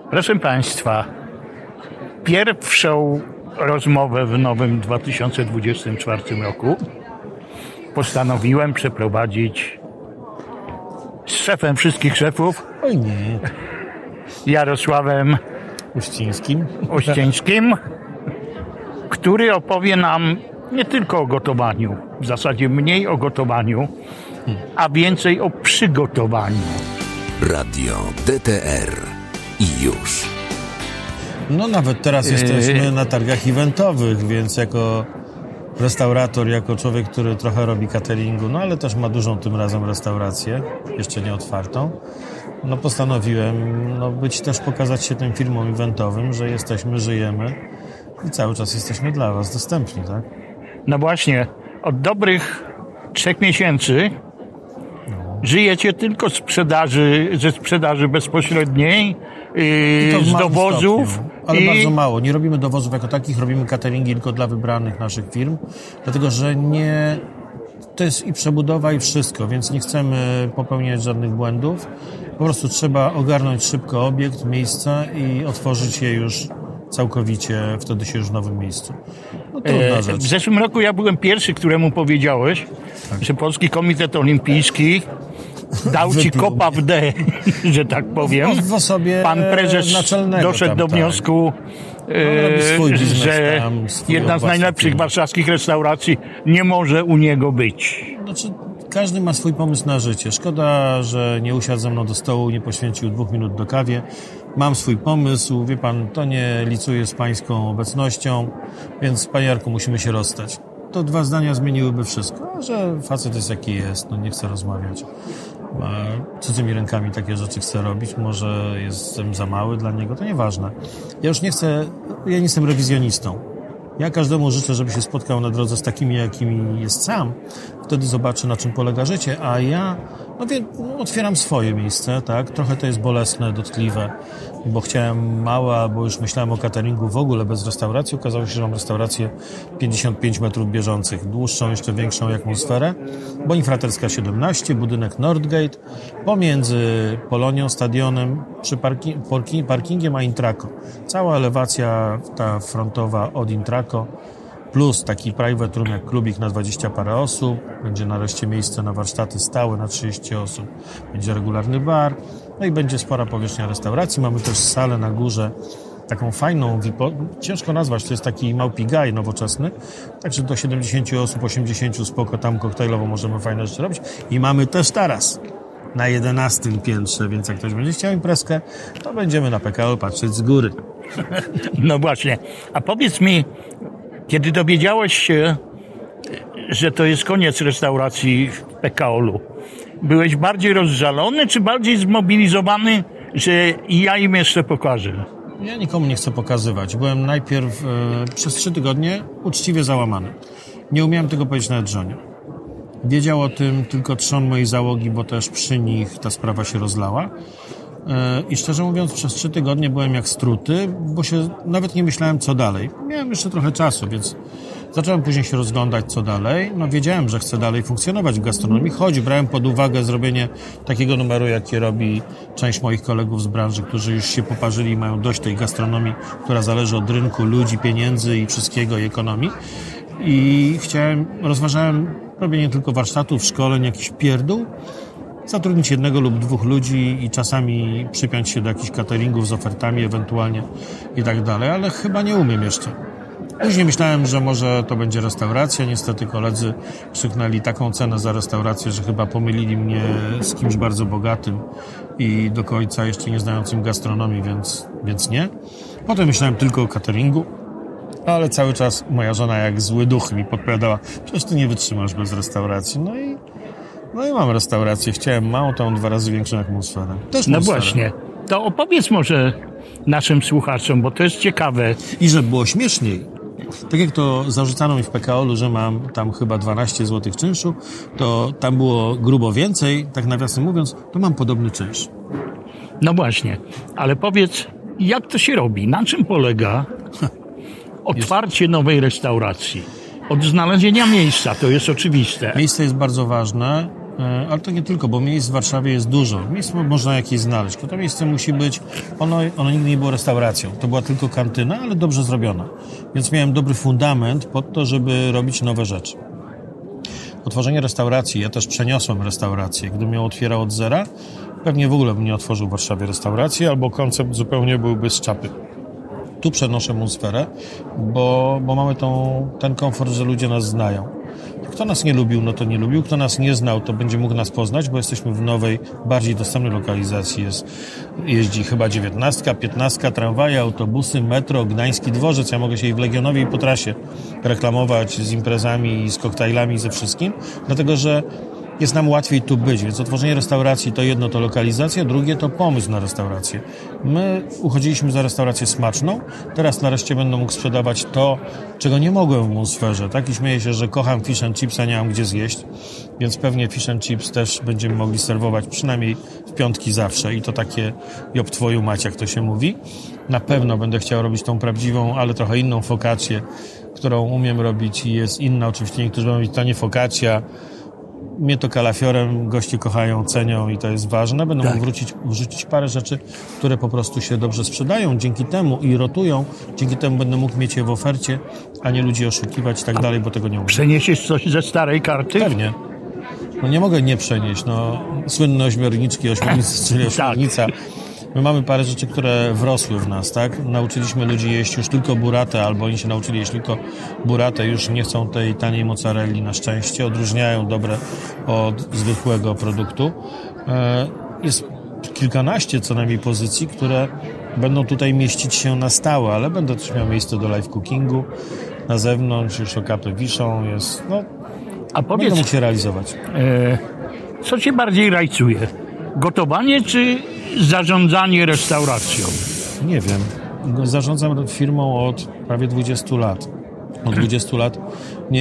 Proszę Państwa, pierwszą rozmowę w nowym 2024 roku postanowiłem przeprowadzić z szefem wszystkich szefów. Oj nie. Jarosławem Uścińskim, który opowie nam nie tylko o gotowaniu, w zasadzie mniej o gotowaniu, a więcej o przygotowaniu. Radio DTR i już. No nawet teraz jesteśmy na targach eventowych, więc jako restaurator, jako człowiek, który trochę robi cateringu, no ale też ma dużą tym razem restaurację, jeszcze nie otwartą, no postanowiłem pokazać się tym firmom eventowym, że jesteśmy, żyjemy i cały czas jesteśmy dla Was dostępni, tak? No właśnie, od dobrych 3 miesięcy żyjecie tylko ze sprzedaży bezpośredniej, z dowozów. Stopniu, ale bardzo mało. Nie robimy dowozów jako takich, robimy cateringi tylko dla wybranych naszych firm, dlatego że to jest i przebudowa i wszystko, więc nie chcemy popełniać żadnych błędów. Po prostu trzeba ogarnąć szybko obiekt, miejsce i otworzyć je już całkowicie, wtedy się już w nowym miejscu. No trudna rzecz. W zeszłym roku ja byłem pierwszy, któremu powiedziałeś, że Polski Komitet Olimpijski dał ci kopa w D, że tak powiem. W osobie Pan prezes doszedł do wniosku, że jedna z najlepszych warszawskich restauracji nie może u niego być. Znaczy, każdy ma swój pomysł na życie. Szkoda, że nie usiadł ze mną do stołu, nie poświęcił 2 minut do kawie. Mam swój pomysł, wie pan, to nie licuje z pańską obecnością, więc panie Jarku, musimy się rozstać. To 2 zdania zmieniłyby wszystko, a że facet jest jaki jest, no nie chce rozmawiać. Cudzymi rękami takie rzeczy chce robić, może jestem za mały dla niego, to nieważne. Ja nie jestem rewizjonistą. Ja każdemu życzę, żeby się spotkał na drodze z takimi, jakimi jest sam. Wtedy zobaczy, na czym polega życie, a ja otwieram swoje miejsce, tak? Trochę to jest bolesne, dotkliwe, bo chciałem małe, bo już myślałem o cateringu w ogóle bez restauracji. Okazało się, że mam restaurację 55 metrów bieżących, dłuższą, jeszcze większą atmosferę. Bonifraterska 17, budynek Nordgate, pomiędzy Polonią, stadionem, przy parkingiem a Intraco. Cała elewacja ta frontowa od Intraco, plus taki private room jak klubik na 20 parę osób, będzie nareszcie miejsce na warsztaty stałe na 30 osób, będzie regularny bar, no i będzie spora powierzchnia restauracji. Mamy też salę na górze, taką fajną, ciężko nazwać, to jest taki małpi gaj nowoczesny, także do 70 osób, 80 spoko, tam koktajlowo możemy fajne rzeczy robić. I mamy też taras na 11 piętrze, więc jak ktoś będzie chciał imprezkę, to będziemy na PKO patrzeć z góry. No właśnie, a powiedz mi, kiedy dowiedziałeś się, że to jest koniec restauracji w PKO-u, byłeś bardziej rozżalony, czy bardziej zmobilizowany, że ja im jeszcze pokażę? Ja nikomu nie chcę pokazywać. Byłem najpierw przez 3 tygodnie uczciwie załamany. Nie umiałem tego powiedzieć nawet żonie. Wiedział o tym tylko trzon mojej załogi, bo też przy nich ta sprawa się rozlała. I szczerze mówiąc, przez 3 tygodnie byłem jak struty, bo się nawet nie myślałem, co dalej. Miałem jeszcze trochę czasu, więc zacząłem później się rozglądać, co dalej. No wiedziałem, że chcę dalej funkcjonować w gastronomii, choć brałem pod uwagę zrobienie takiego numeru, jakie robi część moich kolegów z branży, którzy już się poparzyli i mają dość tej gastronomii, która zależy od rynku, ludzi, pieniędzy i wszystkiego, i ekonomii. I rozważałem robienie tylko warsztatów, szkoleń, jakiś pierdół, zatrudnić 1 lub 2 ludzi i czasami przypiąć się do jakichś cateringów z ofertami ewentualnie i tak dalej, ale chyba nie umiem jeszcze. Później myślałem, że może to będzie restauracja. Niestety koledzy krzyknęli taką cenę za restaurację, że chyba pomylili mnie z kimś bardzo bogatym i do końca jeszcze nie znającym gastronomii, więc nie. Potem myślałem tylko o cateringu, ale cały czas moja żona jak zły duch mi podpowiadała, przecież ty nie wytrzymasz bez restauracji. No i mam restaurację. Chciałem małą, tą 2 razy większą atmosferę. No właśnie. To opowiedz może naszym słuchaczom, bo to jest ciekawe. I żeby było śmieszniej. Tak jak to zarzucano mi w PKO-u, że mam tam chyba 12 zł czynszu, to tam było grubo więcej. Tak nawiasem mówiąc, to mam podobny czynsz. No właśnie. Ale powiedz, jak to się robi? Na czym polega otwarcie nowej restauracji? Od znalezienia miejsca, to jest oczywiste. Miejsce jest bardzo ważne. Ale to nie tylko, bo miejsc w Warszawie jest dużo. Miejsc można jakieś znaleźć. Tylko to miejsce musi być, ono nigdy nie było restauracją. To była tylko kantyna, ale dobrze zrobiona. Więc miałem dobry fundament pod to, żeby robić nowe rzeczy. Otworzenie restauracji, ja też przeniosłem restaurację. Gdybym ją otwierał od zera, pewnie w ogóle bym nie otworzył w Warszawie restauracji, albo koncept zupełnie byłby z czapy. Tu przenoszę atmosferę, bo mamy ten komfort, że ludzie nas znają. Kto nas nie lubił, no to nie lubił. Kto nas nie znał, to będzie mógł nas poznać, bo jesteśmy w nowej, bardziej dostępnej lokalizacji. Jeździ chyba 19, 15, tramwaje, autobusy, metro, Gdański Dworzec. Ja mogę się i w Legionowie, i po trasie reklamować z imprezami, i z koktajlami, i ze wszystkim, dlatego że jest nam łatwiej tu być, więc otworzenie restauracji to jedno to lokalizacja, drugie to pomysł na restaurację. My uchodziliśmy za restaurację smaczną, teraz nareszcie będę mógł sprzedawać to, czego nie mogłem w Moonsferze, tak? I śmieję się, że kocham fish and chips, a nie mam gdzie zjeść, więc pewnie fish and chips też będziemy mogli serwować przynajmniej w piątki zawsze i to takie job twoju mać, jak to się mówi. Na pewno będę chciał robić tą prawdziwą, ale trochę inną focaccię, którą umiem robić i jest inna. Oczywiście niektórzy będą mówić, to nie focaccia. Mnie to kalafiorem, goście kochają, cenią i to jest ważne. Będę mógł wrzucić parę rzeczy, które po prostu się dobrze sprzedają dzięki temu i rotują. Dzięki temu będę mógł mieć je w ofercie, a nie ludzi oszukiwać i tak dalej, bo tego nie umiem. Przeniesiesz coś ze starej karty? Pewnie. No nie mogę nie przenieść. No, słynne ośmiorniczki, czyli ośmiornica. My mamy parę rzeczy, które wrosły w nas, tak? Nauczyliśmy ludzi jeść już tylko buratę, albo oni się nauczyli jeść tylko buratę, już nie chcą tej taniej mozzarelli na szczęście, odróżniają dobre od zwykłego produktu. Jest kilkanaście co najmniej pozycji, które będą tutaj mieścić się na stałe, ale będę też miał miejsce do live cookingu na zewnątrz, już okapy wiszą, jest, no, a powiedz, będę mógł się realizować. Co cię bardziej rajcuje? Gotowanie czy zarządzanie restauracją? Nie wiem. Zarządzam firmą od prawie 20 lat. Od 20 lat nie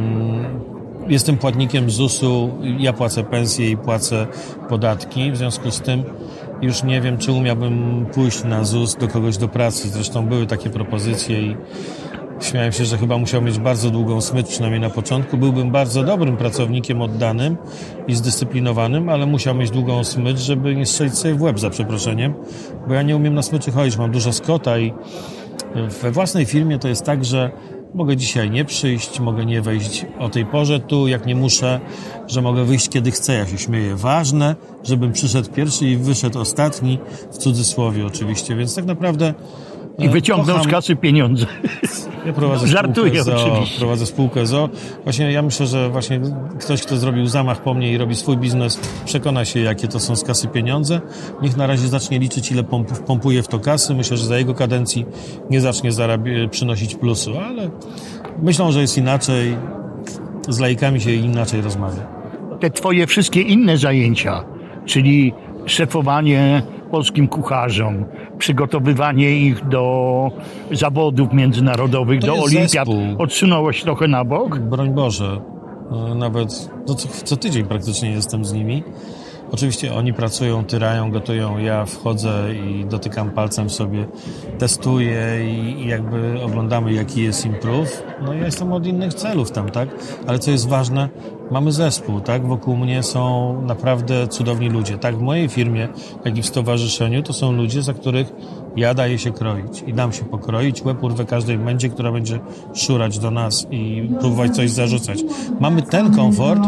jestem płatnikiem ZUS-u, ja płacę pensję i płacę podatki. W związku z tym już nie wiem, czy umiałbym pójść na ZUS do kogoś do pracy. Zresztą były takie propozycje i śmiałem się, że chyba musiał mieć bardzo długą smycz, przynajmniej na początku. Byłbym bardzo dobrym pracownikiem, oddanym i zdyscyplinowanym, ale musiał mieć długą smycz, żeby nie strzelić sobie w łeb, za przeproszeniem, bo ja nie umiem na smyczy chodzić, mam dużo skota i we własnej firmie to jest tak, że mogę dzisiaj nie przyjść, mogę nie wejść o tej porze tu, jak nie muszę, że mogę wyjść kiedy chcę, ja się śmieję. Ważne, żebym przyszedł pierwszy i wyszedł ostatni, w cudzysłowie oczywiście, więc tak naprawdę i wyciągnął z kasy pieniądze. Ja prowadzę Żartuję oczywiście. Prowadzę spółkę ZOO. Właśnie ja myślę, że właśnie ktoś, kto zrobił zamach po mnie i robi swój biznes, przekona się, jakie to są z kasy pieniądze. Niech na razie zacznie liczyć, ile pompuje w to kasy. Myślę, że za jego kadencji nie zacznie przynosić plusu, ale myślą, że jest inaczej. Z laikami się inaczej rozmawia. Te twoje wszystkie inne zajęcia, czyli szefowanie polskim kucharzom, przygotowywanie ich do zawodów międzynarodowych, do olimpiad, zespół. Odsunąłeś trochę na bok? Broń Boże. Nawet co tydzień praktycznie jestem z nimi. Oczywiście oni pracują, tyrają, gotują, ja wchodzę i dotykam palcem sobie, testuję i jakby oglądamy, jaki jest improve. No ja jestem od innych celów tam, tak? Ale co jest ważne, mamy zespół, tak? Wokół mnie są naprawdę cudowni ludzie. Tak w mojej firmie, jak i w stowarzyszeniu, to są ludzie, za których ja daję się kroić i dam się pokroić, łeb urwę każdej mędzie, która będzie szurać do nas i próbować coś zarzucać. Mamy ten komfort.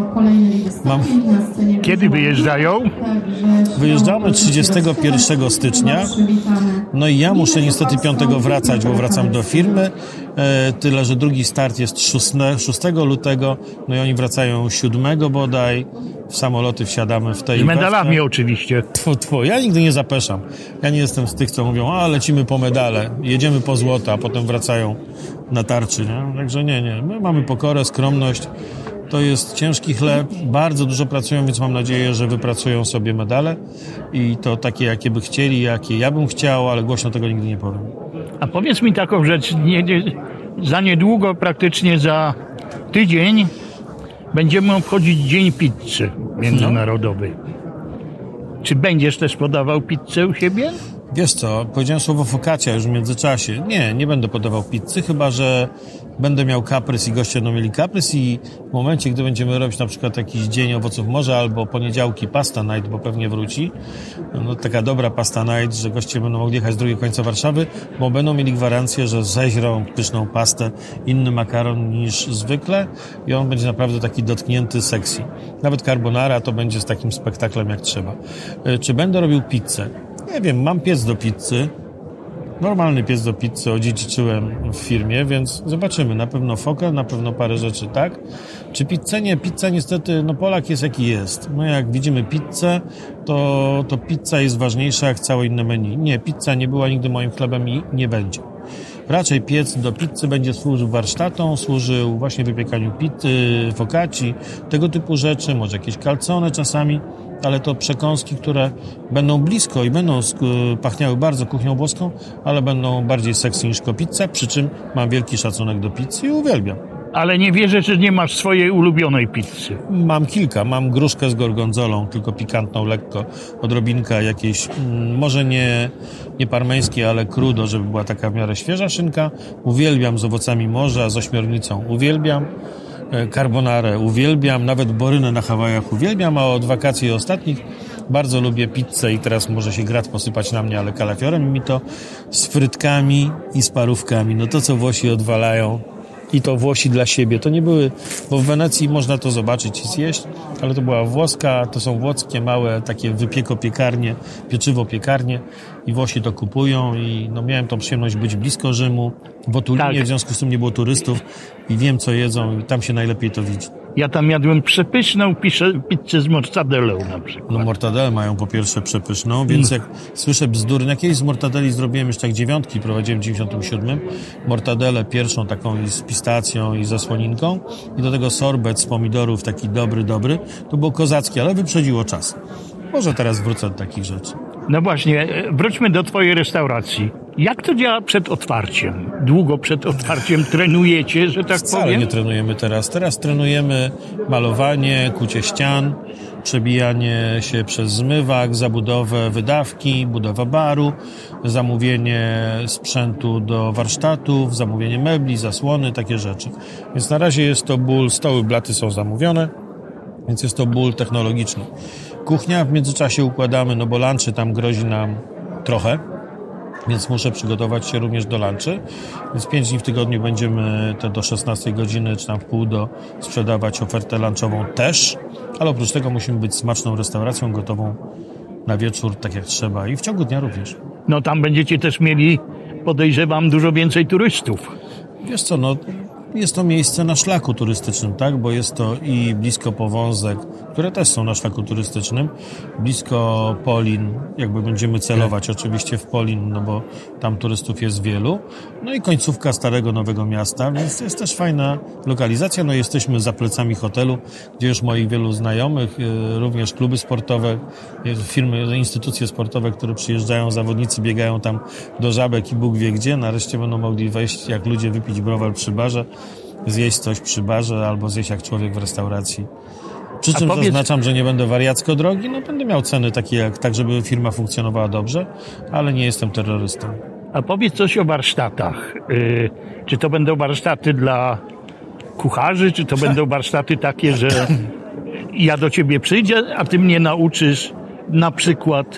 Kiedy wyjeżdżają? Wyjeżdżamy 31 stycznia. No i ja muszę niestety 5 wracać, bo wracam do firmy. Tyle, że drugi start jest 6 lutego. No i oni wracają 7 bodaj. W samoloty wsiadamy w tej... Z medalami oczywiście. Ja nigdy nie zapeszam. Ja nie jestem z tych, co mówią, lecimy po medale, jedziemy po złoto, a potem wracają na tarczy, nie? Także nie. My mamy pokorę, skromność. To jest ciężki chleb, bardzo dużo pracują, więc mam nadzieję, że wypracują sobie medale i to takie, jakie by chcieli, jakie ja bym chciał, ale głośno tego nigdy nie powiem. A powiedz mi taką rzecz, za niedługo, praktycznie za tydzień, będziemy obchodzić Dzień Pizzy Międzynarodowy. Czy będziesz też podawał pizzę u siebie? Wiesz co, powiedziałem słowo focaccia już w międzyczasie. Nie będę podawał pizzy, chyba że będę miał kaprys i goście będą mieli kaprys i w momencie, gdy będziemy robić na przykład jakiś dzień owoców morza albo poniedziałki pasta night, bo pewnie wróci, no taka dobra pasta night, że goście będą mogli jechać z drugiego końca Warszawy, bo będą mieli gwarancję, że zeźrą pyszną pastę, inny makaron niż zwykle i on będzie naprawdę taki dotknięty sexy. Nawet carbonara to będzie z takim spektaklem jak trzeba. Czy będę robił pizzę? Nie wiem, mam piec do pizzy. Normalny piec do pizzy odziedziczyłem w firmie, więc zobaczymy. Na pewno fokę, na pewno parę rzeczy, tak? Czy pizzę? Nie. Pizza niestety, no Polak jest jaki jest. No jak widzimy pizzę, to pizza jest ważniejsza jak całe inne menu. Nie, pizza nie była nigdy moim chlebem i nie będzie. Raczej piec do pizzy będzie służył warsztatom, służył właśnie wypiekaniu pizzy, focacci, tego typu rzeczy, może jakieś calzone czasami, ale to przekąski, które będą blisko i będą pachniały bardzo kuchnią włoską, ale będą bardziej sexy niż pizza, przy czym mam wielki szacunek do pizzy i uwielbiam. Ale nie wierzę, że nie masz swojej ulubionej pizzy. Mam kilka. Mam gruszkę z gorgonzolą, tylko pikantną lekko, odrobinka jakiejś, może nie parmeńskiej, ale crudo, żeby była taka w miarę świeża szynka. Uwielbiam z owocami morza, z ośmiornicą. Uwielbiam. Carbonarę uwielbiam, nawet borynę na Hawajach uwielbiam, a od wakacji ostatnich bardzo lubię pizzę i teraz może się grat posypać na mnie, ale kalafiorem mi to z frytkami i z parówkami. No to, co Włosi odwalają i to Włosi dla siebie. To nie były, bo w Wenecji można to zobaczyć i zjeść, ale to była włoska, to są włoskie małe takie wypieko-piekarnie, pieczywo-piekarnie i Włosi to kupują i no miałem tą przyjemność być blisko Rzymu, w Otulinie, w związku z tym nie było turystów i wiem, co jedzą i tam się najlepiej to widzi. Ja tam jadłem przepyszną pizzę z mortadellą na przykład. No mortadellę mają po pierwsze przepyszną, więc jak słyszę bzdury, jakieś z mortadelli zrobiłem już tak 9, prowadziłem w 97, mortadellę pierwszą taką i z pistacją i ze słoninką i do tego sorbet z pomidorów taki dobry, to było kozackie, ale wyprzedziło czas. Może teraz wrócę do takich rzeczy. No właśnie, wróćmy do twojej restauracji. Jak to działa przed otwarciem? Długo przed otwarciem trenujecie, że tak Wcale powiem? nie trenujemy teraz. Teraz trenujemy malowanie, kucie ścian, przebijanie się przez zmywak, zabudowę wydawki, budowa baru, zamówienie sprzętu do warsztatów, zamówienie mebli, zasłony, takie rzeczy. Więc na razie jest to ból, stoły, blaty są zamówione, więc jest to ból technologiczny. Kuchnia w międzyczasie układamy, no bo lunchy tam grozi nam trochę, więc muszę przygotować się również do lunchy. Więc 5 dni w tygodniu będziemy te do 16 godziny, czy tam w pół do sprzedawać ofertę lunchową też, ale oprócz tego musimy być smaczną restauracją gotową na wieczór, tak jak trzeba i w ciągu dnia również. No tam będziecie też mieli, podejrzewam, dużo więcej turystów. Wiesz co, no jest to miejsce na szlaku turystycznym, tak? Bo jest to i blisko Powązek, które też są na szlaku turystycznym, blisko Polin, jakby będziemy celować oczywiście w Polin, no bo tam turystów jest wielu, no i końcówka Starego Nowego Miasta, więc to jest też fajna lokalizacja, no jesteśmy za plecami hotelu, gdzie już moich wielu znajomych, również kluby sportowe, firmy, instytucje sportowe, które przyjeżdżają, zawodnicy biegają tam do Żabek i Bóg wie gdzie, nareszcie będą mogli wejść jak ludzie, wypić browar przy barze, zjeść coś przy barze albo zjeść jak człowiek w restauracji. Przy czym zaznaczam, że nie będę wariacko drogi, no będę miał ceny takie jak tak, żeby firma funkcjonowała dobrze, ale nie jestem terrorystą. A powiedz coś o warsztatach. Czy to będą warsztaty dla kucharzy, czy to będą warsztaty takie, że ja do ciebie przyjdę, a ty mnie nauczysz na przykład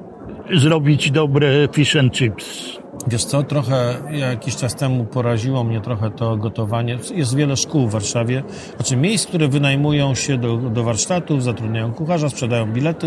zrobić dobre fish and chips? Wiesz co, trochę jakiś czas temu poraziło mnie trochę to gotowanie. Jest wiele szkół w Warszawie, znaczy miejsc, które wynajmują się do warsztatów, zatrudniają kucharza, sprzedają bilety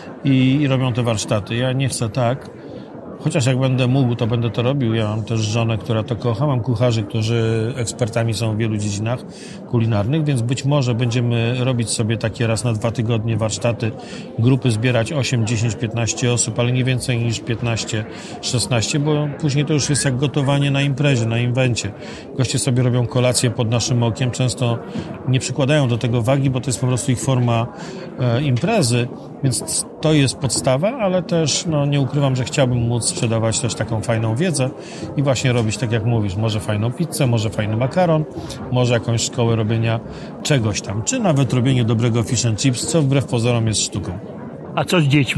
i robią te warsztaty. Ja nie chcę tak, chociaż jak będę mógł, to będę to robił. Ja mam też żonę, która to kocha. Mam kucharzy, którzy ekspertami są w wielu dziedzinach kulinarnych, więc być może będziemy robić sobie takie raz na 2 tygodnie warsztaty, grupy zbierać 8, 10, 15 osób, ale nie więcej niż 15, 16, bo później to już jest jak gotowanie na imprezie, na inwencie. Goście sobie robią kolację pod naszym okiem, często nie przykładają do tego wagi, bo to jest po prostu ich forma imprezy, więc to jest podstawa, ale też no, nie ukrywam, że chciałbym móc sprzedawać też taką fajną wiedzę i właśnie robić tak jak mówisz, może fajną pizzę, może fajny makaron, może jakąś szkołę robienia czegoś tam, czy nawet robienie dobrego fish and chips, co wbrew pozorom jest sztuką. A co z dziećmi?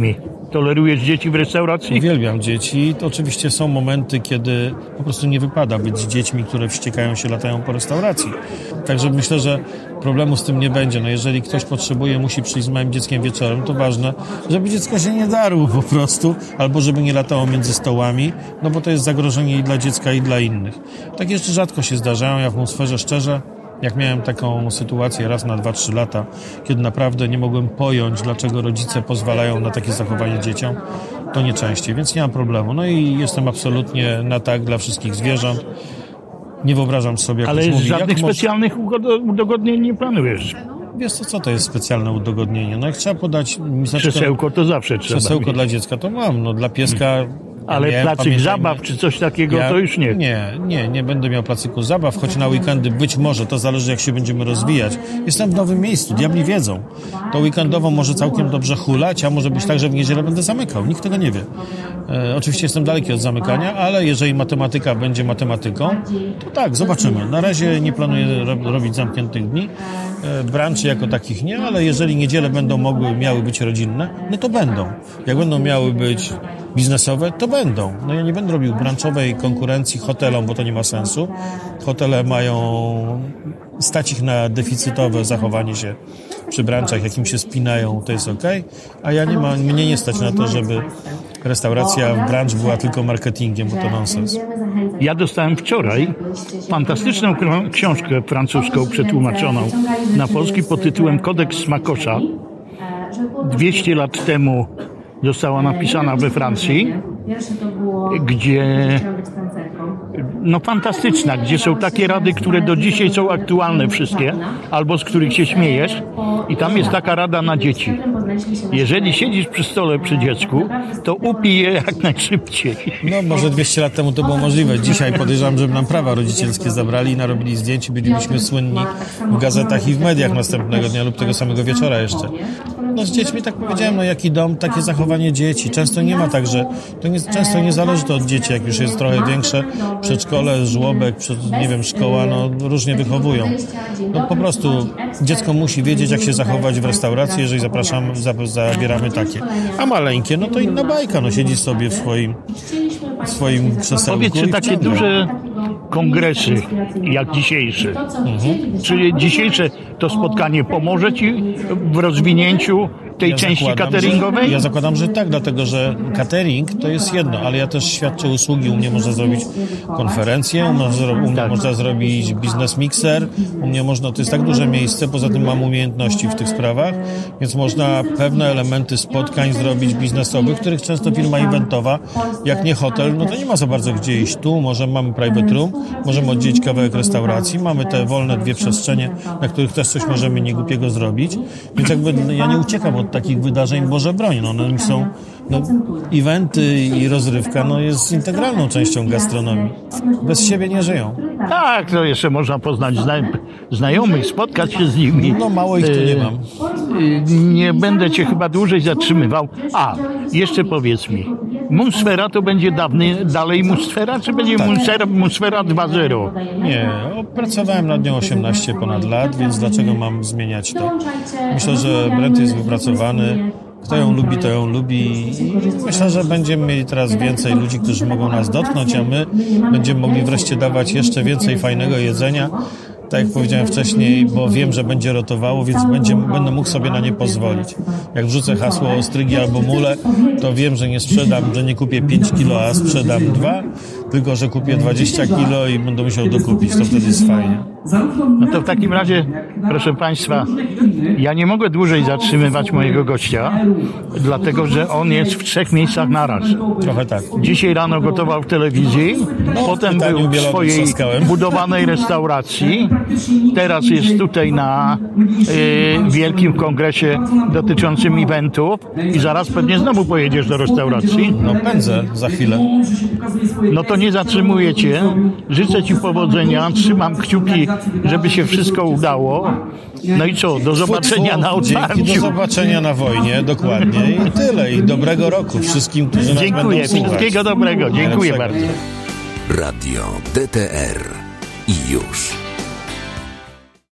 Tolerujesz dzieci w restauracji? Uwielbiam dzieci. To oczywiście są momenty, kiedy po prostu nie wypada być z dziećmi, które wściekają się, latają po restauracji. Także myślę, że problemu z tym nie będzie. No jeżeli ktoś potrzebuje, musi przyjść z małym dzieckiem wieczorem, to ważne, żeby dziecko się nie darło po prostu, albo żeby nie latało między stołami, no bo to jest zagrożenie i dla dziecka, i dla innych. Tak jeszcze rzadko się zdarzają. Ja w atmosferze szczerze, jak miałem taką sytuację raz na 2-3 lata, kiedy naprawdę nie mogłem pojąć, dlaczego rodzice pozwalają na takie zachowanie dzieciom, to nie częściej, więc nie mam problemu. No i jestem absolutnie na tak dla wszystkich zwierząt. Nie wyobrażam sobie, jak Ale ktoś mówi, żadnych specjalnych udogodnień nie planujesz? Wiesz co to jest specjalne udogodnienie? No jak trzeba podać miseczkę... Krzesełko to zawsze trzeba Krzesełko mieć. dla dziecka to mam, no dla pieska... Ale placyk zabaw czy coś takiego to już nie. Nie będę miał placyku zabaw, choć na weekendy być może, to zależy jak się będziemy rozwijać. Jestem w nowym miejscu, diabli wiedzą. To weekendowo może całkiem dobrze hulać, a może być tak, że w niedzielę będę zamykał. Nikt tego nie wie. Oczywiście jestem daleki od zamykania, ale jeżeli matematyka będzie matematyką, to tak, zobaczymy. Na razie nie planuję robić zamkniętych dni. Branchy jako takich nie, ale jeżeli niedziele miały być rodzinne, no to będą. Jak będą miały być biznesowe, to będą. No ja nie będę robił branchowej konkurencji hotelom, bo to nie ma sensu. Hotele mają stać ich na deficytowe zachowanie się przy branchach, jakim się spinają, to jest okej, a mnie nie stać na to, żeby restauracja w branch była tylko marketingiem, bo to nonsens. Ja dostałem wczoraj fantastyczną książkę francuską przetłumaczoną na polski pod tytułem Kodeks Smakosza. 200 lat temu została napisana we Francji, gdzie fantastyczna, gdzie są takie rady, które do dzisiaj są aktualne wszystkie, albo z których się śmiejesz, i tam jest taka rada na dzieci. Jeżeli siedzisz przy stole przy dziecku, to upij je jak najszybciej. No może 200 lat temu to było możliwe. Dzisiaj podejrzewam, żeby nam prawa rodzicielskie zabrali i narobili zdjęć i bylibyśmy słynni w gazetach i w mediach następnego dnia lub tego samego wieczora jeszcze. No z dziećmi, tak powiedziałem, jaki dom, takie zachowanie dzieci. Często nie ma tak, że często nie zależy to od dzieci, jak już jest trochę większe, przedszkole, żłobek, szkoła, różnie wychowują. Po prostu dziecko musi wiedzieć, jak się zachować w restauracji, jeżeli zabieramy takie. A maleńkie, to inna bajka, siedzi sobie w swoim krzesełku. Powiedz, czy takie duże kongresy, jak dzisiejsze, czy dzisiejsze to spotkanie pomoże Ci w rozwinięciu tej części cateringowej? Ja zakładam, że tak, dlatego że catering to jest jedno, ale ja też świadczę usługi. U mnie można zrobić konferencję, u mnie można zrobić biznes mixer, u mnie można, to jest tak duże miejsce, poza tym mam umiejętności w tych sprawach, więc można pewne elementy spotkań zrobić biznesowych, których często firma eventowa, jak nie hotel, to nie ma za bardzo gdzie iść. Tu mamy private room, możemy oddzielić kawałek restauracji, mamy te wolne 2 przestrzenie, na których też coś możemy niegłupiego zrobić, więc ja nie uciekam od takich wydarzeń, Boże broń, one są, eventy i rozrywka, jest integralną częścią gastronomii. Bez siebie nie żyją. Tak, to jeszcze można poznać znajomych, spotkać się z nimi. Mało ich tu nie mam. Nie będę Cię chyba dłużej zatrzymywał. Jeszcze powiedz mi, Munsfera to będzie dalej Munsfera, czy będzie Munsfera 2.0? Nie, pracowałem nad nią 18 ponad lat, więc dlaczego mam zmieniać to? Myślę, że brand jest wypracowany. Kto ją lubi, to ją lubi. I myślę, że będziemy mieli teraz więcej ludzi, którzy mogą nas dotknąć, a my będziemy mogli wreszcie dawać jeszcze więcej fajnego jedzenia. Tak jak powiedziałem wcześniej, bo wiem, że będzie rotowało, więc będę mógł sobie na nie pozwolić. Jak wrzucę hasło ostrygi albo mule, to wiem, że nie sprzedam, że nie kupię 5 kilo, a sprzedam 2, tylko że kupię 20 kilo i będę musiał dokupić. To wtedy jest fajnie. To w takim razie, proszę Państwa, ja nie mogę dłużej zatrzymywać mojego gościa, dlatego że on jest w 3 miejscach naraz. Trochę tak. Dzisiaj rano gotował w telewizji, potem był w swojej budowanej restauracji, teraz jest tutaj na wielkim kongresie dotyczącym eventów i zaraz pewnie znowu pojedziesz do restauracji. Pędzę za chwilę. To nie zatrzymuję Cię. Życzę Ci powodzenia, trzymam kciuki, żeby się wszystko udało. I co, do zobaczenia na otwarciu. Do zobaczenia na wojnie, dokładnie. I tyle. I dobrego roku wszystkim, którzy nas będą słuchać. Dziękuję, wszystkiego dobrego. Dziękuję bardzo. Radio DTR i już.